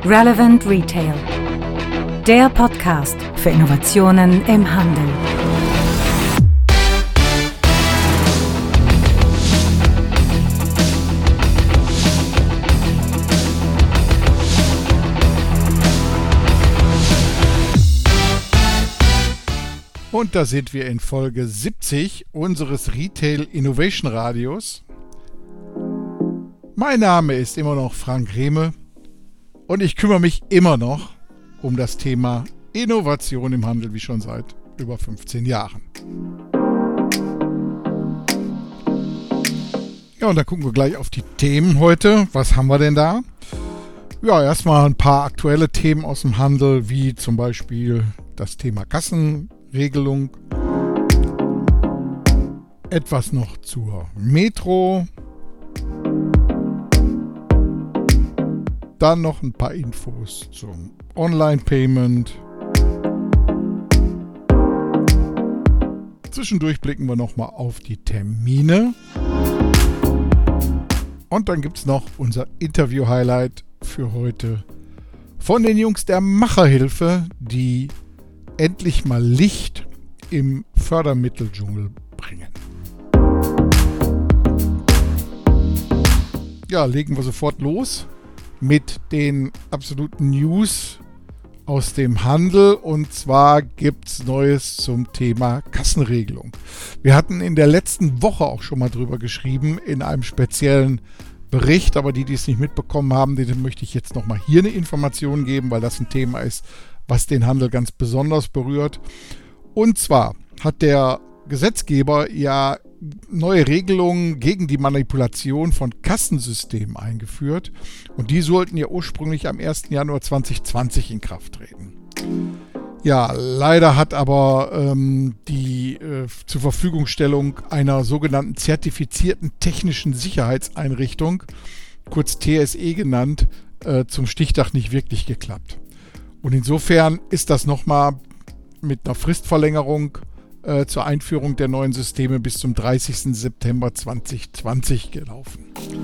Relevant Retail, der Podcast für Innovationen im Handel. Und da sind wir in Folge 70 unseres Retail Innovation Radios. Mein Name ist immer noch Frank Rehme und ich kümmere mich immer noch um das Thema Innovation im Handel, wie schon seit über 15 Jahren. Ja, und dann gucken wir gleich auf die Themen heute. Was haben wir denn da? Ja, erstmal ein paar aktuelle Themen aus dem Handel, wie zum Beispiel das Thema Kassenregelung. Etwas noch zur Metro. Dann noch ein paar Infos zum Online-Payment. Zwischendurch blicken wir nochmal auf die Termine. Und dann gibt es noch unser Interview-Highlight für heute von den Jungs der Macherhilfe, die endlich mal Licht im Fördermitteldschungel bringen. Ja, legen wir sofort los mit den absoluten News aus dem Handel, und zwar gibt es Neues zum Thema Kassenregelung. Wir hatten in der letzten Woche auch schon mal drüber geschrieben in einem speziellen Bericht, aber die es nicht mitbekommen haben, denen möchte ich jetzt nochmal hier eine Information geben, weil das ein Thema ist, was den Handel ganz besonders berührt. Und zwar hat der Gesetzgeber ja neue Regelungen gegen die Manipulation von Kassensystemen eingeführt, und die sollten ja ursprünglich am 1. Januar 2020 in Kraft treten. Ja, leider hat aber die zur Verfügungstellung einer sogenannten zertifizierten technischen Sicherheitseinrichtung, kurz TSE genannt, zum Stichtag nicht wirklich geklappt. Und insofern ist das nochmal mit einer Fristverlängerung zur Einführung der neuen Systeme bis zum 30. September 2020 gelaufen.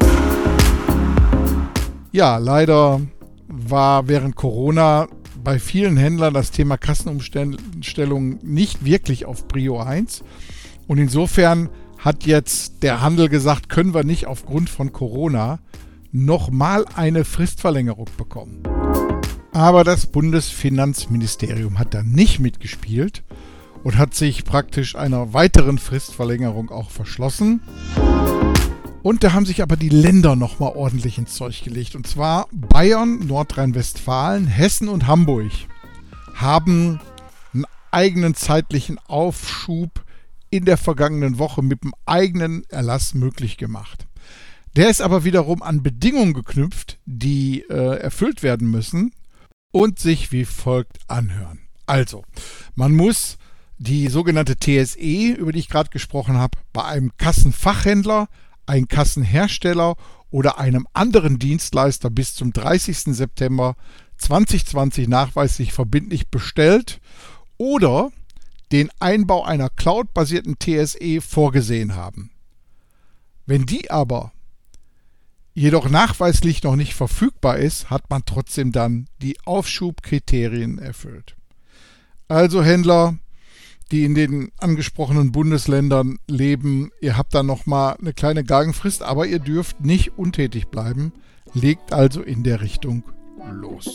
Ja, leider war während Corona bei vielen Händlern das Thema Kassenumstellung nicht wirklich auf Prio 1. Und insofern hat jetzt der Handel gesagt, können wir nicht aufgrund von Corona nochmal eine Fristverlängerung bekommen. Aber das Bundesfinanzministerium hat da nicht mitgespielt und hat sich praktisch einer weiteren Fristverlängerung auch verschlossen. Und da haben sich aber die Länder nochmal ordentlich ins Zeug gelegt. Und zwar Bayern, Nordrhein-Westfalen, Hessen und Hamburg haben einen eigenen zeitlichen Aufschub in der vergangenen Woche mit dem eigenen Erlass möglich gemacht. Der ist aber wiederum an Bedingungen geknüpft, die erfüllt werden müssen und sich wie folgt anhören. Also, man muss die sogenannte TSE, über die ich gerade gesprochen habe, bei einem Kassenfachhändler, einem Kassenhersteller oder einem anderen Dienstleister bis zum 30. September 2020 nachweislich verbindlich bestellt oder den Einbau einer cloud-basierten TSE vorgesehen haben. Wenn die aber jedoch nachweislich noch nicht verfügbar ist, hat man trotzdem dann die Aufschubkriterien erfüllt. Also Händler, die in den angesprochenen Bundesländern leben, ihr habt da nochmal eine kleine Galgenfrist, aber ihr dürft nicht untätig bleiben. Legt also in der Richtung los.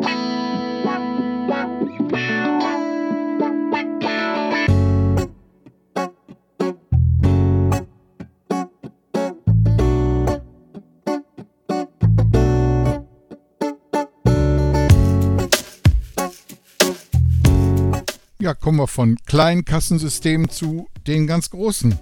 Ja, kommen wir von kleinen Kassensystemen zu den ganz großen.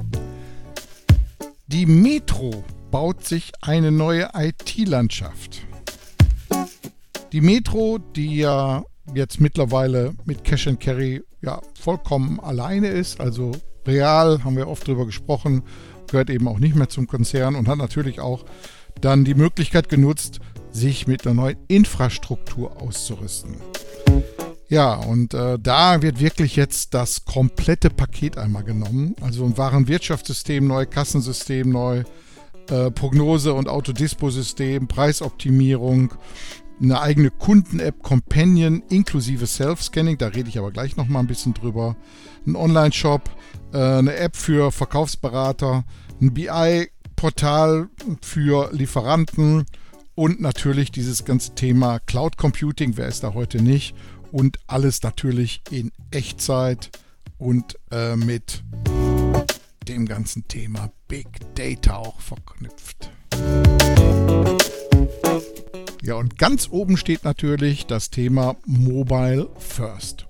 Die Metro baut sich eine neue IT-Landschaft. Die Metro, die ja jetzt mittlerweile mit Cash and Carry ja vollkommen alleine ist, also Real, haben wir oft drüber gesprochen, gehört eben auch nicht mehr zum Konzern und hat natürlich auch dann die Möglichkeit genutzt, sich mit einer neuen Infrastruktur auszurüsten. Ja, und da wird wirklich jetzt das komplette Paket einmal genommen. Also ein Warenwirtschaftssystem neu, Kassensystem neu, Prognose- und Autodisposystem, Preisoptimierung, eine eigene Kunden-App Companion inklusive Self-Scanning, da rede ich aber gleich nochmal ein bisschen drüber, ein Online-Shop, eine App für Verkaufsberater, ein BI-Portal für Lieferanten und natürlich dieses ganze Thema Cloud Computing, wer ist da heute nicht, und alles natürlich in Echtzeit und mit dem ganzen Thema Big Data auch verknüpft. Ja, und ganz oben steht natürlich das Thema Mobile First.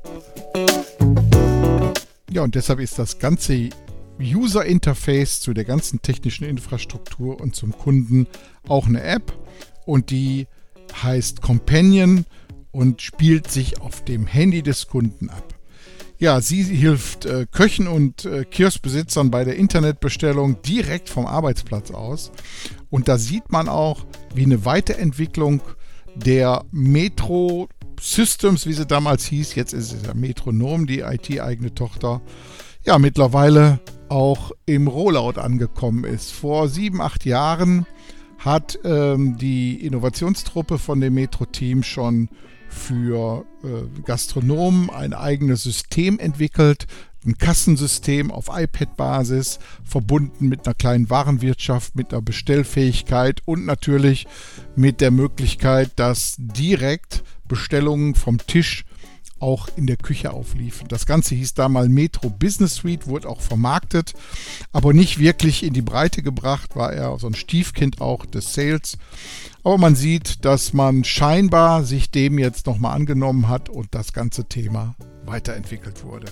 Ja, und deshalb ist das ganze User Interface zu der ganzen technischen Infrastruktur und zum Kunden auch eine App. Und die heißt Companion und spielt sich auf dem Handy des Kunden ab. Ja, sie hilft Köchen und Kioskbesitzern bei der Internetbestellung direkt vom Arbeitsplatz aus. Und da sieht man auch, wie eine Weiterentwicklung der Metro Systems, wie sie damals hieß, jetzt ist es ja Metronom, die IT-eigene Tochter, ja, mittlerweile auch im Rollout angekommen ist. Vor 7-8 Jahren hat die Innovationstruppe von dem Metro-Team schon für Gastronomen ein eigenes System entwickelt, ein Kassensystem auf iPad-Basis, verbunden mit einer kleinen Warenwirtschaft, mit einer Bestellfähigkeit und natürlich mit der Möglichkeit, dass direkt Bestellungen vom Tisch auch in der Küche aufliefen. Das Ganze hieß damals Metro Business Suite, wurde auch vermarktet, aber nicht wirklich in die Breite gebracht, war eher so ein Stiefkind auch des Sales. Aber man sieht, dass man scheinbar sich dem jetzt nochmal angenommen hat und das ganze Thema weiterentwickelt wurde.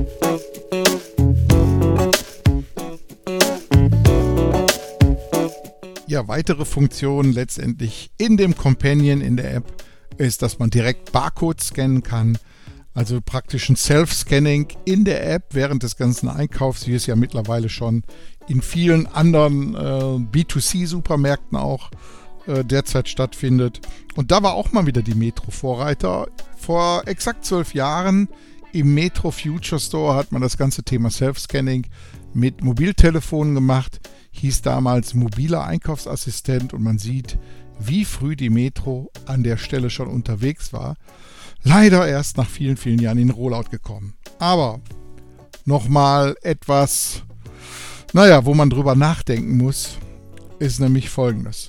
Ja, weitere Funktionen letztendlich in dem Companion in der App ist, dass man direkt Barcodes scannen kann. Also praktisch ein Self-Scanning in der App während des ganzen Einkaufs, wie es ja mittlerweile schon in vielen anderen B2C-Supermärkten auch derzeit stattfindet. Und da war auch mal wieder die Metro Vorreiter. Vor exakt 12 Jahren im Metro Future Store hat man das ganze Thema Self-Scanning mit Mobiltelefonen gemacht, hieß damals mobiler Einkaufsassistent, und man sieht, wie früh die Metro an der Stelle schon unterwegs war. Leider erst nach vielen, vielen Jahren in den Rollout gekommen. Aber nochmal etwas, wo man drüber nachdenken muss, ist nämlich Folgendes.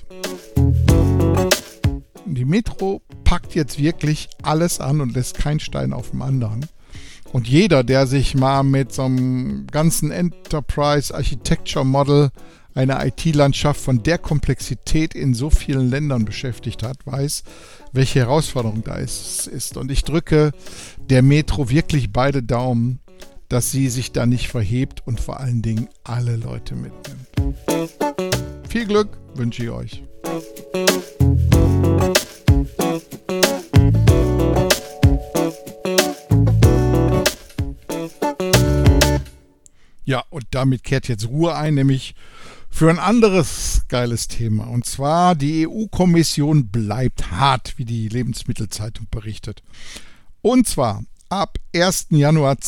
Die Metro packt jetzt wirklich alles an und lässt keinen Stein auf dem anderen. Und jeder, der sich mal mit so einem ganzen Enterprise Architecture Model einer IT-Landschaft von der Komplexität in so vielen Ländern beschäftigt hat, weiß, welche Herausforderung da ist. Und ich drücke der Metro wirklich beide Daumen, dass sie sich da nicht verhebt und vor allen Dingen alle Leute mitnimmt. Viel Glück wünsche ich euch. Ja, und damit kehrt jetzt Ruhe ein, nämlich für ein anderes geiles Thema. Und zwar die EU-Kommission bleibt hart, wie die Lebensmittelzeitung berichtet. Und zwar ab 1. Januar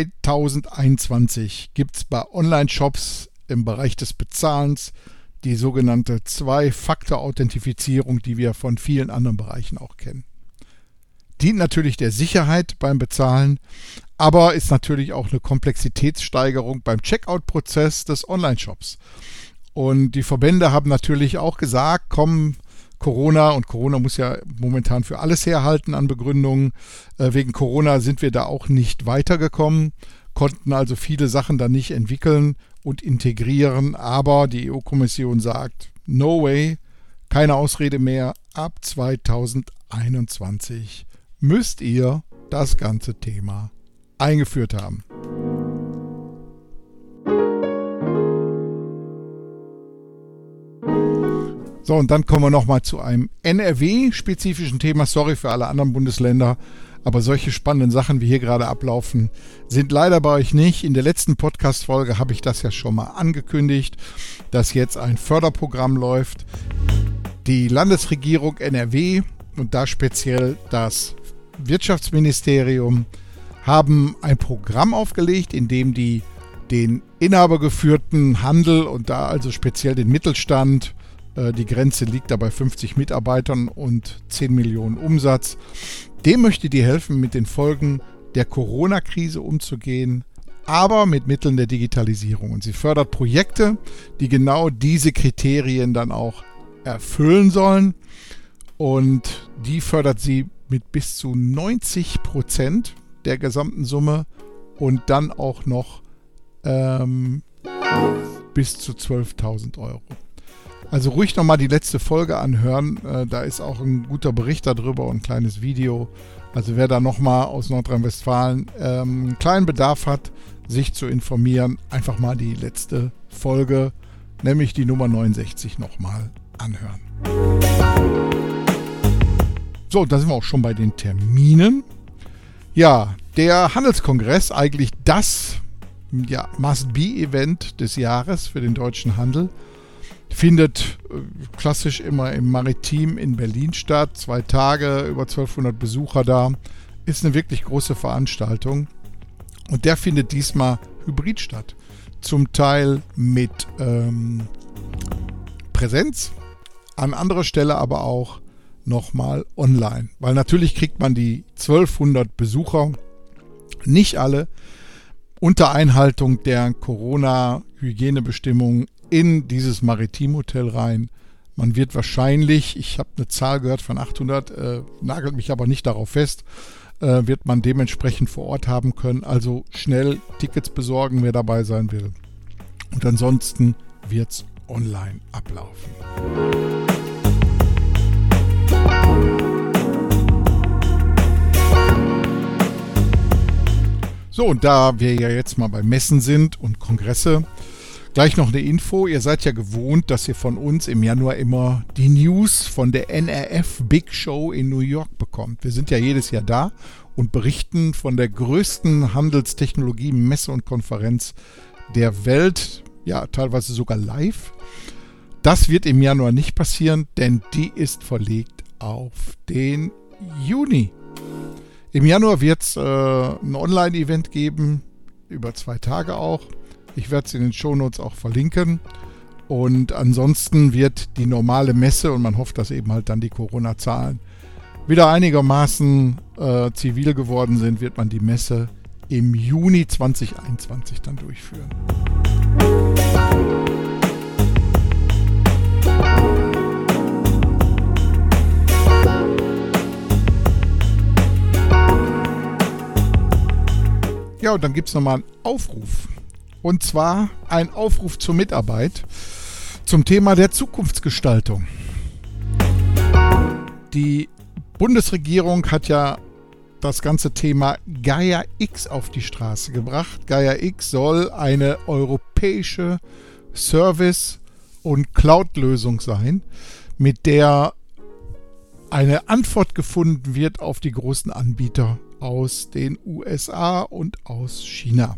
2021 gibt es bei Online-Shops im Bereich des Bezahlens die sogenannte Zwei-Faktor-Authentifizierung, die wir von vielen anderen Bereichen auch kennen. Dient natürlich der Sicherheit beim Bezahlen, aber ist natürlich auch eine Komplexitätssteigerung beim Checkout-Prozess des Online-Shops. Und die Verbände haben natürlich auch gesagt, komm, Corona muss ja momentan für alles herhalten an Begründungen. Wegen Corona sind wir da auch nicht weitergekommen, konnten also viele Sachen da nicht entwickeln und integrieren. Aber die EU-Kommission sagt, no way, keine Ausrede mehr, ab 2021 müsst ihr das ganze Thema eingeführt haben. So, und dann kommen wir nochmal zu einem NRW-spezifischen Thema. Sorry für alle anderen Bundesländer, aber solche spannenden Sachen, wie hier gerade ablaufen, sind leider bei euch nicht. In der letzten Podcast-Folge habe ich das ja schon mal angekündigt, dass jetzt ein Förderprogramm läuft. Die Landesregierung NRW und da speziell das Wirtschaftsministerium haben ein Programm aufgelegt, in dem die den inhabergeführten Handel und da also speziell den Mittelstand Die Grenze liegt da bei 50 Mitarbeitern und 10 Millionen Umsatz. Dem möchte die helfen, mit den Folgen der Corona-Krise umzugehen, aber mit Mitteln der Digitalisierung. Und sie fördert Projekte, die genau diese Kriterien dann auch erfüllen sollen. Und die fördert sie mit bis zu 90% der gesamten Summe und dann auch noch bis zu 12.000 Euro. Also ruhig nochmal die letzte Folge anhören. Da ist auch ein guter Bericht darüber und ein kleines Video. Also wer da nochmal aus Nordrhein-Westfalen einen kleinen Bedarf hat, sich zu informieren, einfach mal die letzte Folge, nämlich die Nummer 69, nochmal anhören. So, da sind wir auch schon bei den Terminen. Ja, der Handelskongress, eigentlich das Must-Be-Event des Jahres für den deutschen Handel, findet klassisch immer im Maritim in Berlin statt. 2 Tage, über 1200 Besucher da. Ist eine wirklich große Veranstaltung. Und der findet diesmal hybrid statt. Zum Teil mit Präsenz, an anderer Stelle aber auch nochmal online. Weil natürlich kriegt man die 1200 Besucher, nicht alle, unter Einhaltung der Corona-Hygienebestimmungen in dieses Maritimhotel rein. Man wird wahrscheinlich, ich habe eine Zahl gehört von 800, nagelt mich aber nicht darauf fest, wird man dementsprechend vor Ort haben können. Also schnell Tickets besorgen, wer dabei sein will. Und ansonsten wird es online ablaufen. So, und da wir ja jetzt mal bei Messen sind und Kongresse, gleich noch eine Info. Ihr seid ja gewohnt, dass ihr von uns im Januar immer die News von der NRF Big Show in New York bekommt. Wir sind ja jedes Jahr da und berichten von der größten Handelstechnologie-Messe und Konferenz der Welt, ja teilweise sogar live. Das wird im Januar nicht passieren, denn die ist verlegt auf den Juni. Im Januar wird es ein Online-Event geben, über 2 Tage auch. Ich werde es in den Shownotes auch verlinken. Und ansonsten wird die normale Messe, und man hofft, dass eben halt dann die Corona-Zahlen wieder einigermaßen zivil geworden sind, wird man die Messe im Juni 2021 dann durchführen. Ja, und dann gibt es nochmal einen Aufruf. Und zwar ein Aufruf zur Mitarbeit zum Thema der Zukunftsgestaltung. Die Bundesregierung hat ja das ganze Thema Gaia-X auf die Straße gebracht. Gaia-X soll eine europäische Service- und Cloud-Lösung sein, mit der eine Antwort gefunden wird auf die großen Anbieter aus den USA und aus China.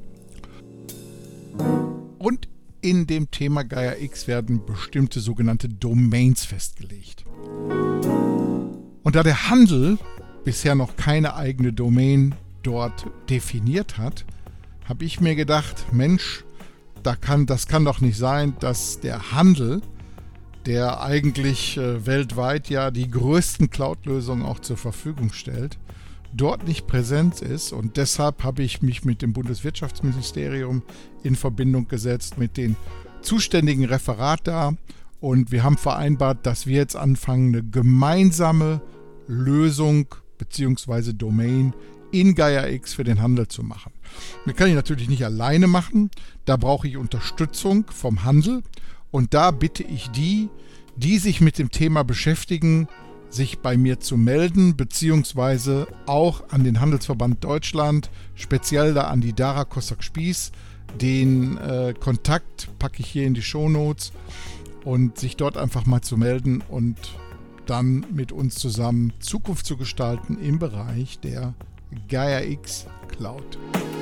Und in dem Thema Gaia-X werden bestimmte sogenannte Domains festgelegt. Und da der Handel bisher noch keine eigene Domain dort definiert hat, habe ich mir gedacht, Mensch, das kann doch nicht sein, dass der Handel, der eigentlich weltweit ja die größten Cloud-Lösungen auch zur Verfügung stellt, dort nicht präsent ist. Und deshalb habe ich mich mit dem Bundeswirtschaftsministerium in Verbindung gesetzt, mit den zuständigen Referat da. Und wir haben vereinbart, dass wir jetzt anfangen, eine gemeinsame Lösung bzw. Domain in Gaia-X für den Handel zu machen. Das kann ich natürlich nicht alleine machen. Da brauche ich Unterstützung vom Handel. Und da bitte ich die sich mit dem Thema beschäftigen, sich bei mir zu melden, beziehungsweise auch an den Handelsverband Deutschland, speziell da an die Dara Kossak-Spieß. Den Kontakt packe ich hier in die Shownotes und sich dort einfach mal zu melden und dann mit uns zusammen Zukunft zu gestalten im Bereich der Gaia-X Cloud.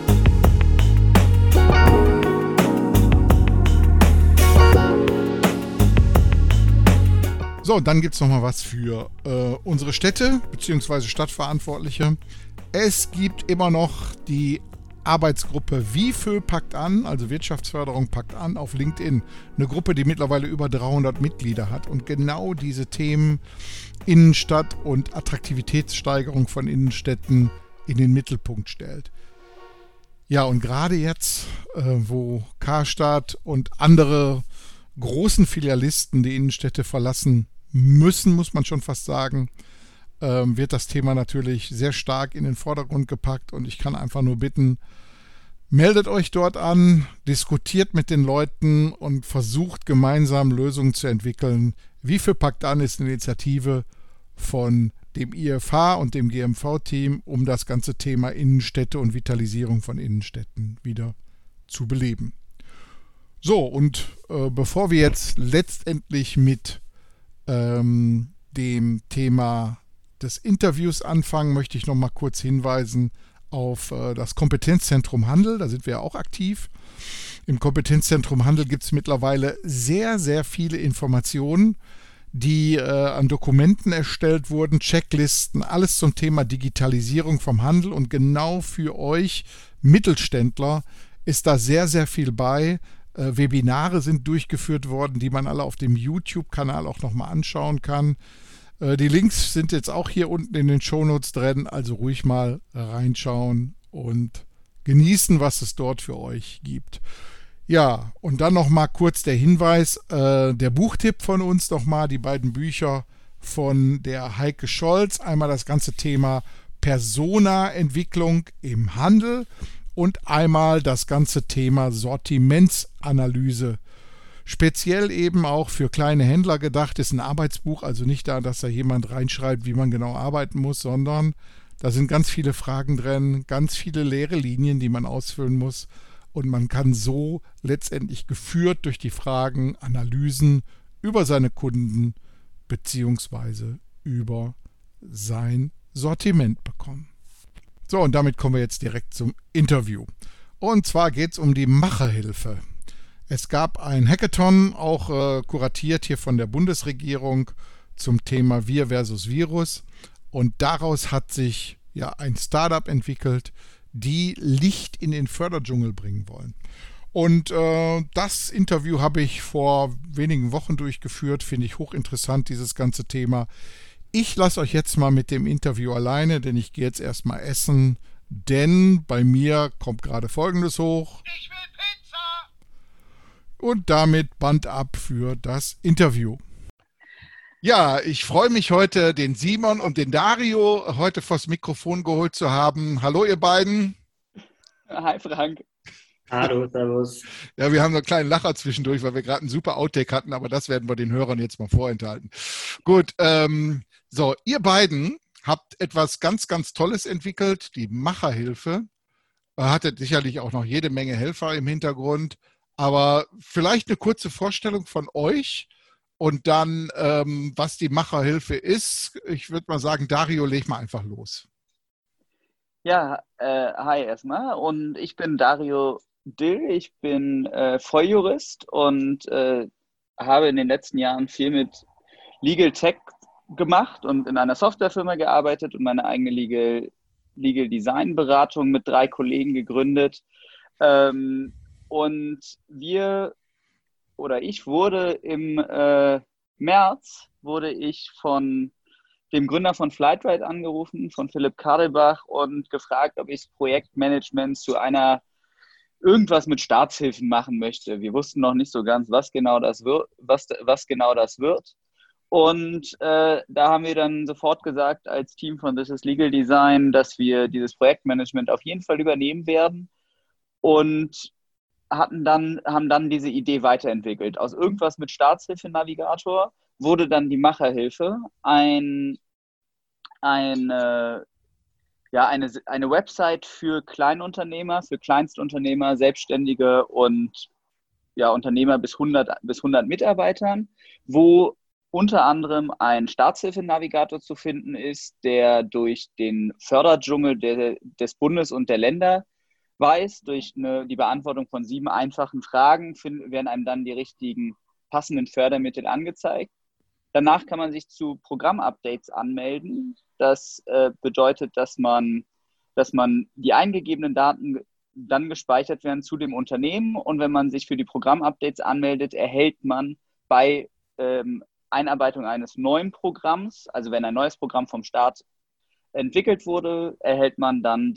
So, dann gibt es nochmal was für unsere Städte bzw. Stadtverantwortliche. Es gibt immer noch die Arbeitsgruppe WIFÖ packt an, also Wirtschaftsförderung packt an, auf LinkedIn. Eine Gruppe, die mittlerweile über 300 Mitglieder hat und genau diese Themen Innenstadt und Attraktivitätssteigerung von Innenstädten in den Mittelpunkt stellt. Ja, und gerade jetzt, wo Karstadt und andere großen Filialisten die Innenstädte verlassen müssen, muss man schon fast sagen, wird das Thema natürlich sehr stark in den Vordergrund gepackt und ich kann einfach nur bitten, meldet euch dort an, diskutiert mit den Leuten und versucht gemeinsam Lösungen zu entwickeln. WIFÖ packt an ist eine Initiative von dem IFH und dem GMV-Team, um das ganze Thema Innenstädte und Vitalisierung von Innenstädten wieder zu beleben. So, und bevor wir jetzt letztendlich mit dem Thema des Interviews anfangen, möchte ich noch mal kurz hinweisen auf das Kompetenzzentrum Handel. Da sind wir ja auch aktiv. Im Kompetenzzentrum Handel gibt es mittlerweile sehr, sehr viele Informationen, die an Dokumenten erstellt wurden, Checklisten, alles zum Thema Digitalisierung vom Handel. Und genau für euch Mittelständler ist da sehr, sehr viel bei. Webinare sind durchgeführt worden, die man alle auf dem YouTube-Kanal auch nochmal anschauen kann. Die Links sind jetzt auch hier unten in den Shownotes drin, also ruhig mal reinschauen und genießen, was es dort für euch gibt. Ja, und dann nochmal kurz der Hinweis, der Buchtipp von uns nochmal, die beiden Bücher von der Heike Scholz, einmal das ganze Thema Persona-Entwicklung im Handel und einmal das ganze Thema Sortimentsanalyse. Speziell eben auch für kleine Händler gedacht, ist ein Arbeitsbuch, also nicht da, dass da jemand reinschreibt, wie man genau arbeiten muss, sondern da sind ganz viele Fragen drin, ganz viele leere Linien, die man ausfüllen muss und man kann so letztendlich geführt durch die Fragen, Analysen über seine Kunden bzw. über sein Sortiment bekommen. So, und damit kommen wir jetzt direkt zum Interview. Und zwar geht es um die Macherhilfe. Es gab ein Hackathon, auch kuratiert hier von der Bundesregierung zum Thema Wir versus Virus. Und daraus hat sich ja ein Startup entwickelt, die Licht in den Förderdschungel bringen wollen. Und das Interview habe ich vor wenigen Wochen durchgeführt, finde ich hochinteressant, dieses ganze Thema. Ich lasse euch jetzt mal mit dem Interview alleine, denn ich gehe jetzt erstmal essen, denn bei mir kommt gerade Folgendes hoch. Ich will Pizza! Und damit Band ab für das Interview. Ja, ich freue mich heute, den Simon und den Dario heute vors Mikrofon geholt zu haben. Hallo ihr beiden. Hi Frank. Hallo, servus. Ja, wir haben einen kleinen Lacher zwischendurch, weil wir gerade einen super Outtake hatten, aber das werden wir den Hörern jetzt mal vorenthalten. Gut, so, ihr beiden habt etwas ganz, ganz Tolles entwickelt, die Macherhilfe. Hattet sicherlich auch noch jede Menge Helfer im Hintergrund, aber vielleicht eine kurze Vorstellung von euch und dann, was die Macherhilfe ist. Ich würde mal sagen, Dario, leg mal einfach los. Ja, hi erstmal und ich bin Dario Dill, ich bin Volljurist und habe in den letzten Jahren viel mit Legal Tech gemacht und in einer Softwarefirma gearbeitet und meine eigene Legal Design Beratung mit 3 Kollegen gegründet. Und ich wurde im März von dem Gründer von Flightride angerufen, von Philipp Kadelbach, und gefragt, ob ich Projektmanagement zu irgendwas mit Staatshilfen machen möchte. Wir wussten noch nicht so ganz, was genau das wird. Und da haben wir dann sofort gesagt, als Team von This is Legal Design, dass wir dieses Projektmanagement auf jeden Fall übernehmen werden und haben dann diese Idee weiterentwickelt. Aus irgendwas mit Staatshilfe-Navigator wurde dann die Macherhilfe eine Website für Kleinunternehmer, für Kleinstunternehmer, Selbstständige und Unternehmer bis 100 Mitarbeitern, wo unter anderem ein Staatshilfenavigator zu finden ist, der durch den Förderdschungel des Bundes und der Länder weiß. Durch die Beantwortung von 7 einfachen Fragen werden einem dann die richtigen passenden Fördermittel angezeigt. Danach kann man sich zu Programmupdates anmelden. Das bedeutet, dass man die eingegebenen Daten dann gespeichert werden zu dem Unternehmen. Und wenn man sich für die Programmupdates anmeldet, erhält man bei Einarbeitung eines neuen Programms, also wenn ein neues Programm vom Staat entwickelt wurde, erhält man dann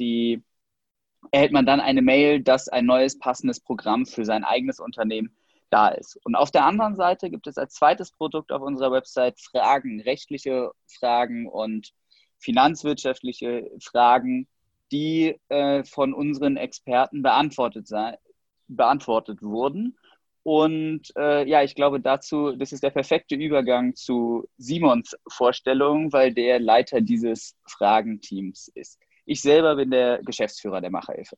eine Mail, dass ein neues passendes Programm für sein eigenes Unternehmen da ist. Und auf der anderen Seite gibt es als zweites Produkt auf unserer Website Fragen, rechtliche Fragen und finanzwirtschaftliche Fragen, die von unseren Experten beantwortet wurden. Und ich glaube das ist der perfekte Übergang zu Simons Vorstellung, weil der Leiter dieses Fragenteams ist. Ich selber bin der Geschäftsführer der Macherhilfe.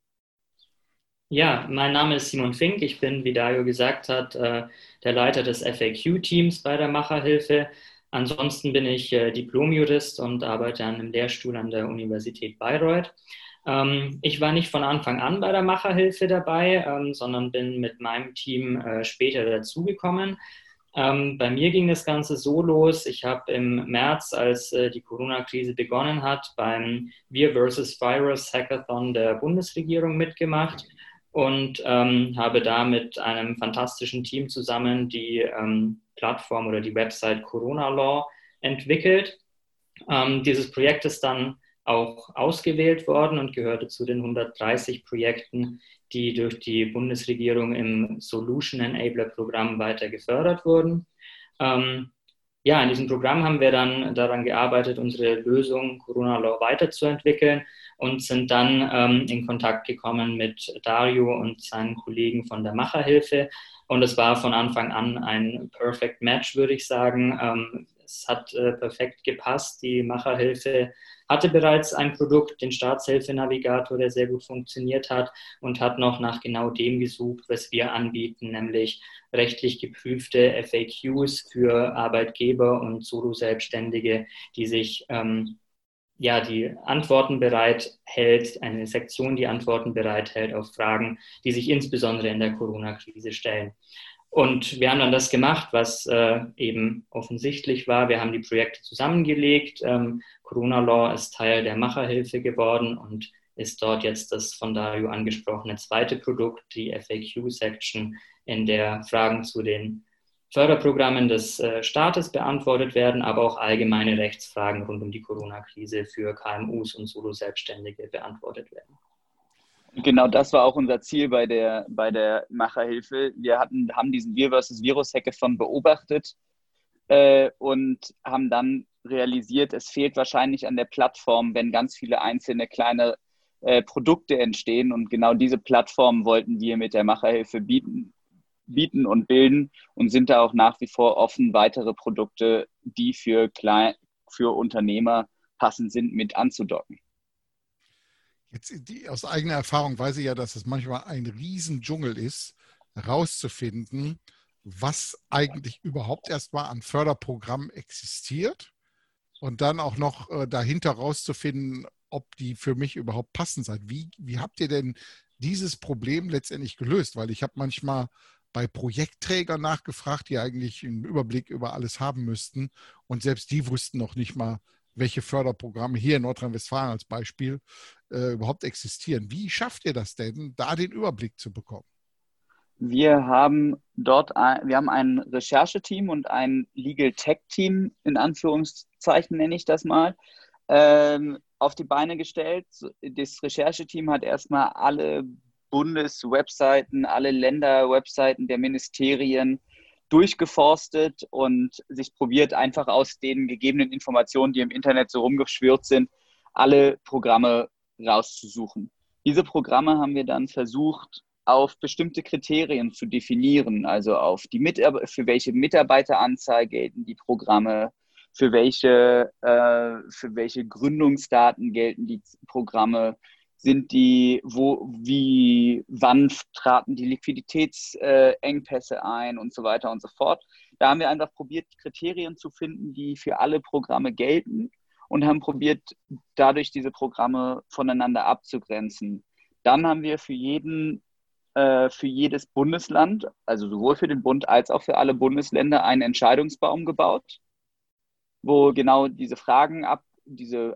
Ja, mein Name ist Simon Fink. Ich bin, wie Dario gesagt hat, der Leiter des FAQ-Teams bei der Macherhilfe. Ansonsten bin ich Diplom-Jurist und arbeite an einem Lehrstuhl an der Universität Bayreuth. Ich war nicht von Anfang an bei der Macherhilfe dabei, sondern bin mit meinem Team später dazugekommen. Bei mir ging das Ganze so los. Ich habe im März, als die Corona-Krise begonnen hat, beim Wir vs. Virus Hackathon der Bundesregierung mitgemacht und habe da mit einem fantastischen Team zusammen die Plattform oder die Website Corona Law entwickelt. Dieses Projekt ist dann auch ausgewählt worden und gehörte zu den 130 Projekten, die durch die Bundesregierung im Solution Enabler Programm weiter gefördert wurden. In diesem Programm haben wir dann daran gearbeitet, unsere Lösung Corona Law weiterzuentwickeln und sind dann in Kontakt gekommen mit Dario und seinen Kollegen von der Macherhilfe. Und es war von Anfang an ein Perfect Match, würde ich sagen. Es hat perfekt gepasst. Die Macherhilfe hatte bereits ein Produkt, den Staatshilfenavigator, der sehr gut funktioniert hat und hat noch nach genau dem gesucht, was wir anbieten, nämlich rechtlich geprüfte FAQs für Arbeitgeber und Solo-Selbstständige, die sich die Antworten bereithält, eine Sektion, die Antworten bereithält auf Fragen, die sich insbesondere in der Corona-Krise stellen. Und wir haben dann das gemacht, was eben offensichtlich war. Wir haben die Projekte zusammengelegt. Corona Law ist Teil der Macherhilfe geworden und ist dort jetzt das von Dario angesprochene zweite Produkt, die FAQ-Section, in der Fragen zu den Förderprogrammen des Staates beantwortet werden, aber auch allgemeine Rechtsfragen rund um die Corona-Krise für KMUs und Solo-Selbstständige beantwortet werden. Genau, das war auch unser Ziel bei der Macherhilfe. Wir haben diesen Wir vs. Virus Hackathon beobachtet und haben dann realisiert, es fehlt wahrscheinlich an der Plattform, wenn ganz viele einzelne kleine Produkte entstehen. Und genau diese Plattform wollten wir mit der Macherhilfe bieten und bilden und sind da auch nach wie vor offen, weitere Produkte, die für Unternehmer passend sind, mit anzudocken. Jetzt aus eigener Erfahrung weiß ich ja, dass es manchmal ein Riesendschungel ist, herauszufinden, was eigentlich überhaupt erstmal an Förderprogrammen existiert und dann auch noch dahinter rauszufinden, ob die für mich überhaupt passend sind. Wie habt ihr denn dieses Problem letztendlich gelöst? Weil ich habe manchmal bei Projektträgern nachgefragt, die eigentlich einen Überblick über alles haben müssten und selbst die wussten noch nicht mal, welche Förderprogramme hier in Nordrhein-Westfalen als Beispiel überhaupt existieren. Wie schafft ihr das denn, da den Überblick zu bekommen? Wir haben ein Rechercheteam und ein Legal Tech Team, in Anführungszeichen nenne ich das mal, auf die Beine gestellt. Das Rechercheteam hat erstmal alle Bundeswebseiten, alle Länderwebseiten der Ministerien durchgeforstet und sich probiert, einfach aus den gegebenen Informationen, die im Internet so rumgeschwirrt sind, alle Programme rauszusuchen. Diese Programme haben wir dann versucht, auf bestimmte Kriterien zu definieren, also auf für welche Mitarbeiteranzahl gelten die Programme, für welche Gründungsdaten gelten die Programme, wann traten die Liquiditätsengpässe ein und so weiter und so fort. Da haben wir einfach probiert, Kriterien zu finden, die für alle Programme gelten und haben probiert, dadurch diese Programme voneinander abzugrenzen. Dann haben wir für jedes Bundesland, also sowohl für den Bund als auch für alle Bundesländer, einen Entscheidungsbaum gebaut, wo genau diese Fragen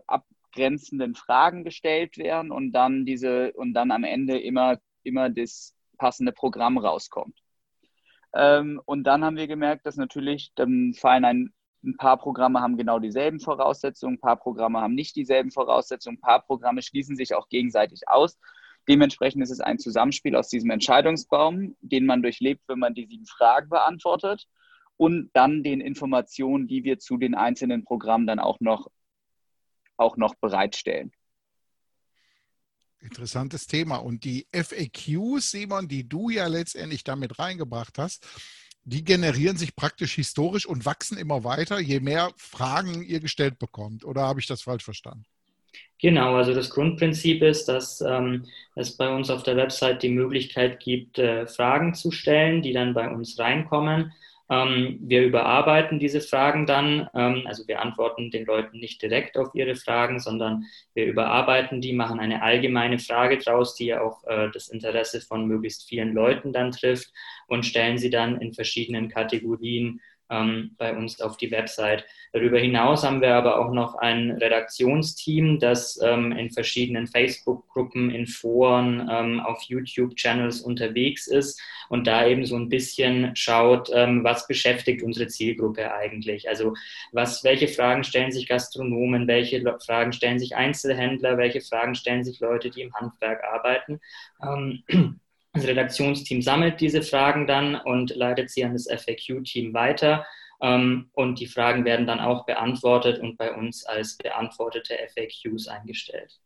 grenzenden Fragen gestellt werden und dann am Ende immer das passende Programm rauskommt. Und dann haben wir gemerkt, dass natürlich dann fallen ein paar Programme haben genau dieselben Voraussetzungen, ein paar Programme haben nicht dieselben Voraussetzungen, ein paar Programme schließen sich auch gegenseitig aus. Dementsprechend ist es ein Zusammenspiel aus diesem Entscheidungsbaum, den man durchlebt, wenn man die 7 Fragen beantwortet, und dann den Informationen, die wir zu den einzelnen Programmen dann auch noch bereitstellen. Interessantes Thema. Und die FAQs, Simon, die du ja letztendlich damit reingebracht hast, die generieren sich praktisch historisch und wachsen immer weiter, je mehr Fragen ihr gestellt bekommt. Oder habe ich das falsch verstanden? Genau, also das Grundprinzip ist, dass es bei uns auf der Website die Möglichkeit gibt, Fragen zu stellen, die dann bei uns reinkommen. Wir überarbeiten diese Fragen dann, also wir antworten den Leuten nicht direkt auf ihre Fragen, sondern wir überarbeiten die, machen eine allgemeine Frage draus, die ja auch das Interesse von möglichst vielen Leuten dann trifft, und stellen sie dann in verschiedenen Kategorien bei uns auf die Website. Darüber hinaus haben wir aber auch noch ein Redaktionsteam, das in verschiedenen Facebook-Gruppen, in Foren, auf YouTube-Channels unterwegs ist und da eben so ein bisschen schaut, was beschäftigt unsere Zielgruppe eigentlich. Also welche Fragen stellen sich Gastronomen, welche Fragen stellen sich Einzelhändler, welche Fragen stellen sich Leute, die im Handwerk arbeiten. Das Redaktionsteam sammelt diese Fragen dann und leitet sie an das FAQ-Team weiter. Und die Fragen werden dann auch beantwortet und bei uns als beantwortete FAQs eingestellt.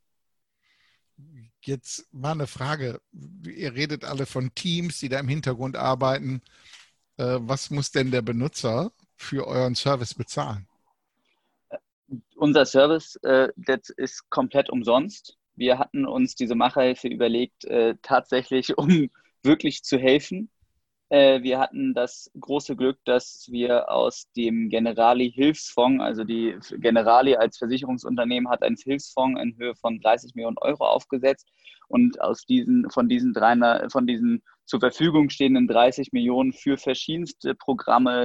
Jetzt mal eine Frage. Ihr redet alle von Teams, die da im Hintergrund arbeiten. Was muss denn der Benutzer für euren Service bezahlen? Unser Service, das ist komplett umsonst. Wir hatten uns diese Macherhilfe überlegt, tatsächlich, um wirklich zu helfen. Wir hatten das große Glück, dass wir aus dem Generali-Hilfsfonds, also die Generali als Versicherungsunternehmen hat einen Hilfsfonds in Höhe von 30 Millionen Euro aufgesetzt, und von diesen zur Verfügung stehenden 30 Millionen für verschiedenste Programme,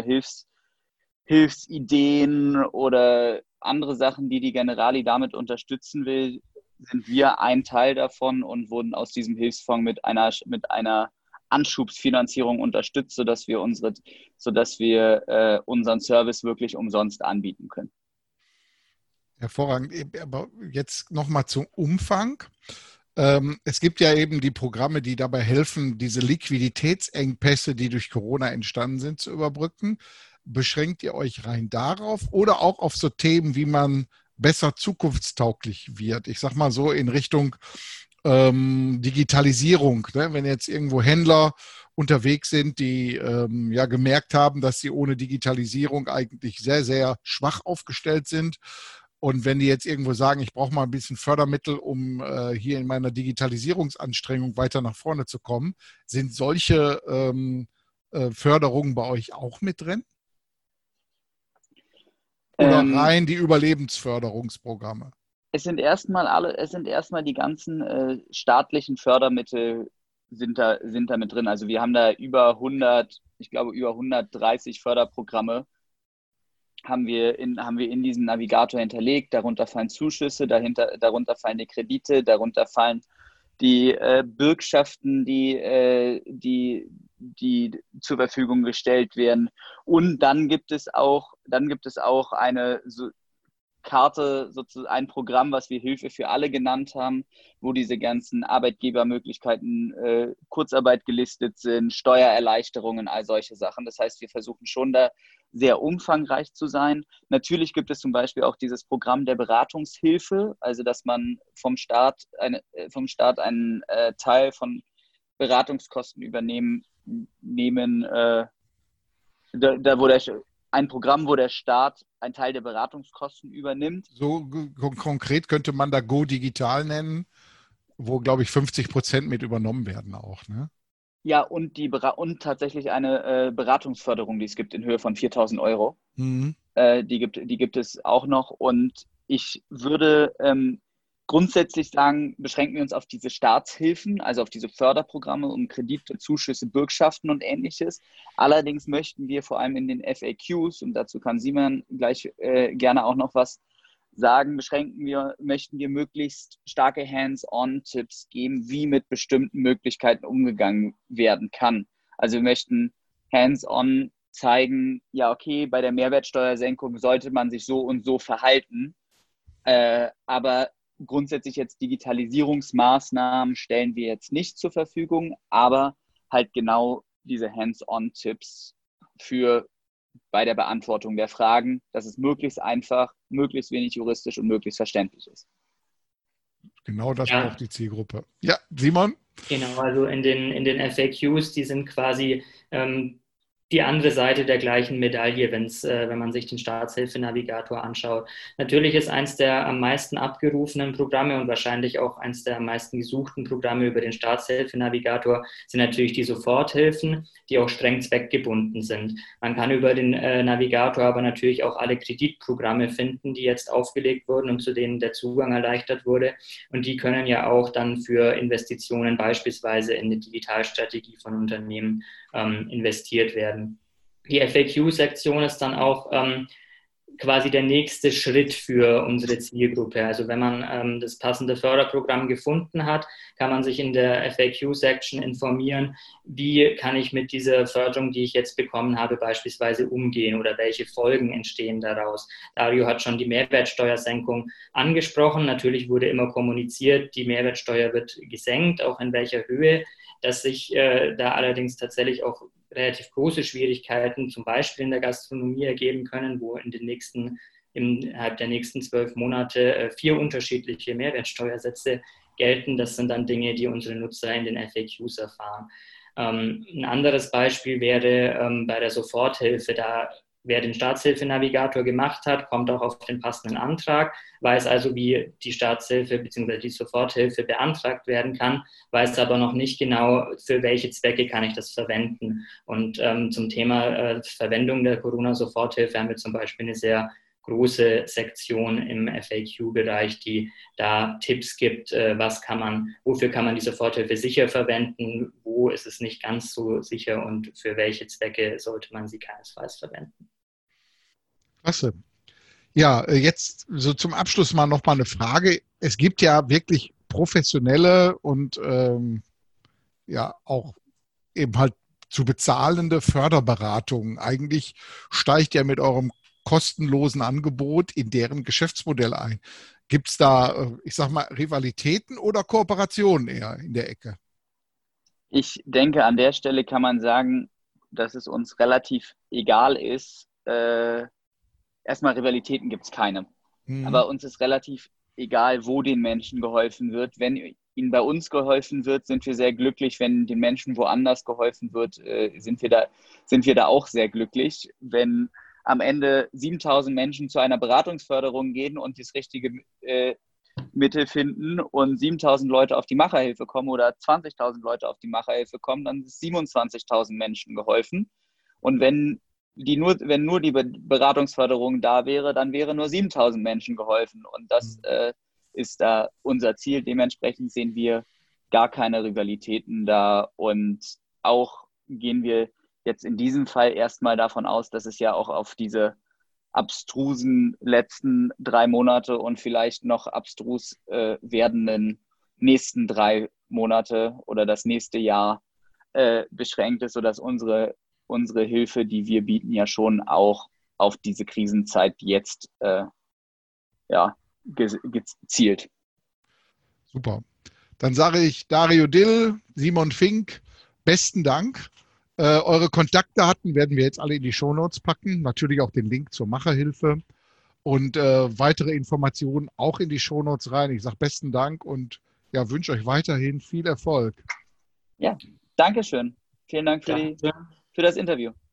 Hilfsideen oder andere Sachen, die Generali damit unterstützen will, sind wir ein Teil davon und wurden aus diesem Hilfsfonds mit einer Anschubsfinanzierung unterstützt, sodass wir unseren Service wirklich umsonst anbieten können. Hervorragend. Aber jetzt nochmal zum Umfang. Es gibt ja eben die Programme, die dabei helfen, diese Liquiditätsengpässe, die durch Corona entstanden sind, zu überbrücken. Beschränkt ihr euch rein darauf oder auch auf so Themen, wie man besser zukunftstauglich wird? Ich sag mal so in Richtung Digitalisierung. Ne? Wenn jetzt irgendwo Händler unterwegs sind, die gemerkt haben, dass sie ohne Digitalisierung eigentlich sehr, sehr schwach aufgestellt sind. Und wenn die jetzt irgendwo sagen, ich brauche mal ein bisschen Fördermittel, um hier in meiner Digitalisierungsanstrengung weiter nach vorne zu kommen, sind solche Förderungen bei euch auch mit drin? Oder rein die Überlebensförderungsprogramme? Es sind erstmal die ganzen staatlichen Fördermittel sind da mit drin. Also wir haben da über 130 Förderprogramme haben wir in diesem Navigator hinterlegt. Darunter fallen Zuschüsse, darunter fallen die Kredite, darunter fallen die Bürgschaften, die zur Verfügung gestellt werden. Und dann gibt es auch eine Karte, sozusagen ein Programm, was wir Hilfe für alle genannt haben, wo diese ganzen Arbeitgebermöglichkeiten, Kurzarbeit gelistet sind, Steuererleichterungen, all solche Sachen. Das heißt, wir versuchen schon da sehr umfangreich zu sein. Natürlich gibt es zum Beispiel auch dieses Programm der Beratungshilfe, also dass man vom Staat einen Teil von Beratungskosten ein Programm, wo der Staat einen Teil der Beratungskosten übernimmt. So konkret könnte man da Go Digital nennen, wo, glaube ich, 50% mit übernommen werden auch, ne? Ja, und tatsächlich eine Beratungsförderung, die es gibt in Höhe von 4.000 Euro. Mhm. Die gibt es auch noch. Und ich würde grundsätzlich sagen, beschränken wir uns auf diese Staatshilfen, also auf diese Förderprogramme um Kredite, Zuschüsse, Bürgschaften und Ähnliches. Allerdings möchten wir vor allem in den FAQs, und dazu kann Simon gleich gerne auch noch was möchten wir möglichst starke Hands-on-Tipps geben, wie mit bestimmten Möglichkeiten umgegangen werden kann. Also wir möchten hands-on zeigen, ja okay, bei der Mehrwertsteuersenkung sollte man sich so und so verhalten, aber grundsätzlich jetzt Digitalisierungsmaßnahmen stellen wir jetzt nicht zur Verfügung, aber halt genau diese Hands-on-Tipps bei der Beantwortung der Fragen, dass es möglichst einfach, möglichst wenig juristisch und möglichst verständlich ist. Genau das braucht die Zielgruppe. Ja, Simon? Genau, also in den FAQs, die sind quasi die andere Seite der gleichen Medaille, wenn man sich den Staatshilfenavigator anschaut. Natürlich ist eins der am meisten abgerufenen Programme und wahrscheinlich auch eins der am meisten gesuchten Programme über den Staatshilfenavigator sind natürlich die Soforthilfen, die auch streng zweckgebunden sind. Man kann über den Navigator aber natürlich auch alle Kreditprogramme finden, die jetzt aufgelegt wurden und zu denen der Zugang erleichtert wurde. Und die können ja auch dann für Investitionen beispielsweise in eine Digitalstrategie von Unternehmen investiert werden. Die FAQ-Sektion ist dann auch quasi der nächste Schritt für unsere Zielgruppe. Also wenn man das passende Förderprogramm gefunden hat, kann man sich in der FAQ-Section informieren, wie kann ich mit dieser Förderung, die ich jetzt bekommen habe, beispielsweise umgehen oder welche Folgen entstehen daraus. Dario hat schon die Mehrwertsteuersenkung angesprochen. Natürlich wurde immer kommuniziert, die Mehrwertsteuer wird gesenkt, auch in welcher Höhe, dass sich da allerdings tatsächlich auch relativ große Schwierigkeiten, zum Beispiel in der Gastronomie, ergeben können, wo innerhalb der nächsten 12 Monate 4 unterschiedliche Mehrwertsteuersätze gelten. Das sind dann Dinge, die unsere Nutzer in den FAQs erfahren. Ein anderes Beispiel wäre bei der Soforthilfe. Da wer den Staatshilfenavigator gemacht hat, kommt auch auf den passenden Antrag, weiß also, wie die Staatshilfe bzw. die Soforthilfe beantragt werden kann, weiß aber noch nicht genau, für welche Zwecke kann ich das verwenden. Und zum Thema Verwendung der Corona-Soforthilfe haben wir zum Beispiel eine sehr große Sektion im FAQ-Bereich, die da Tipps gibt, wofür kann man die Soforthilfe sicher verwenden, wo ist es nicht ganz so sicher und für welche Zwecke sollte man sie keinesfalls verwenden. Klasse. Ja, jetzt so zum Abschluss mal nochmal eine Frage. Es gibt ja wirklich professionelle und ja auch eben halt zu bezahlende Förderberatungen. Eigentlich steigt ja mit eurem kostenlosen Angebot in deren Geschäftsmodell ein. Gibt es da, ich sag mal, Rivalitäten oder Kooperationen eher in der Ecke? Ich denke, an der Stelle kann man sagen, dass es uns relativ egal ist. Erstmal Rivalitäten gibt es keine. Aber uns ist relativ egal, wo den Menschen geholfen wird. Wenn ihnen bei uns geholfen wird, sind wir sehr glücklich. Wenn den Menschen woanders geholfen wird, sind wir da auch sehr glücklich. Wenn am Ende 7.000 Menschen zu einer Beratungsförderung gehen und das richtige Mittel finden und 7.000 Leute auf die Macherhilfe kommen oder 20.000 Leute auf die Macherhilfe kommen, dann ist 27.000 Menschen geholfen. Und wenn nur die Beratungsförderung da wäre, dann wäre nur 7.000 Menschen geholfen. Und das ist da unser Ziel. Dementsprechend sehen wir gar keine Rivalitäten da. Und auch gehen wir jetzt in diesem Fall erstmal davon aus, dass es ja auch auf diese abstrusen letzten 3 Monate und vielleicht noch abstrus werdenden nächsten 3 Monate oder das nächste Jahr beschränkt ist, sodass unsere Hilfe, die wir bieten, ja schon auch auf diese Krisenzeit jetzt gezielt. Super. Dann sage ich Dario Dill, Simon Fink, besten Dank. Eure Kontaktdaten werden wir jetzt alle in die Shownotes packen. Natürlich auch den Link zur Macherhilfe und weitere Informationen auch in die Shownotes rein. Ich sage besten Dank und ja, wünsche euch weiterhin viel Erfolg. Ja, danke schön. Vielen Dank für das Interview.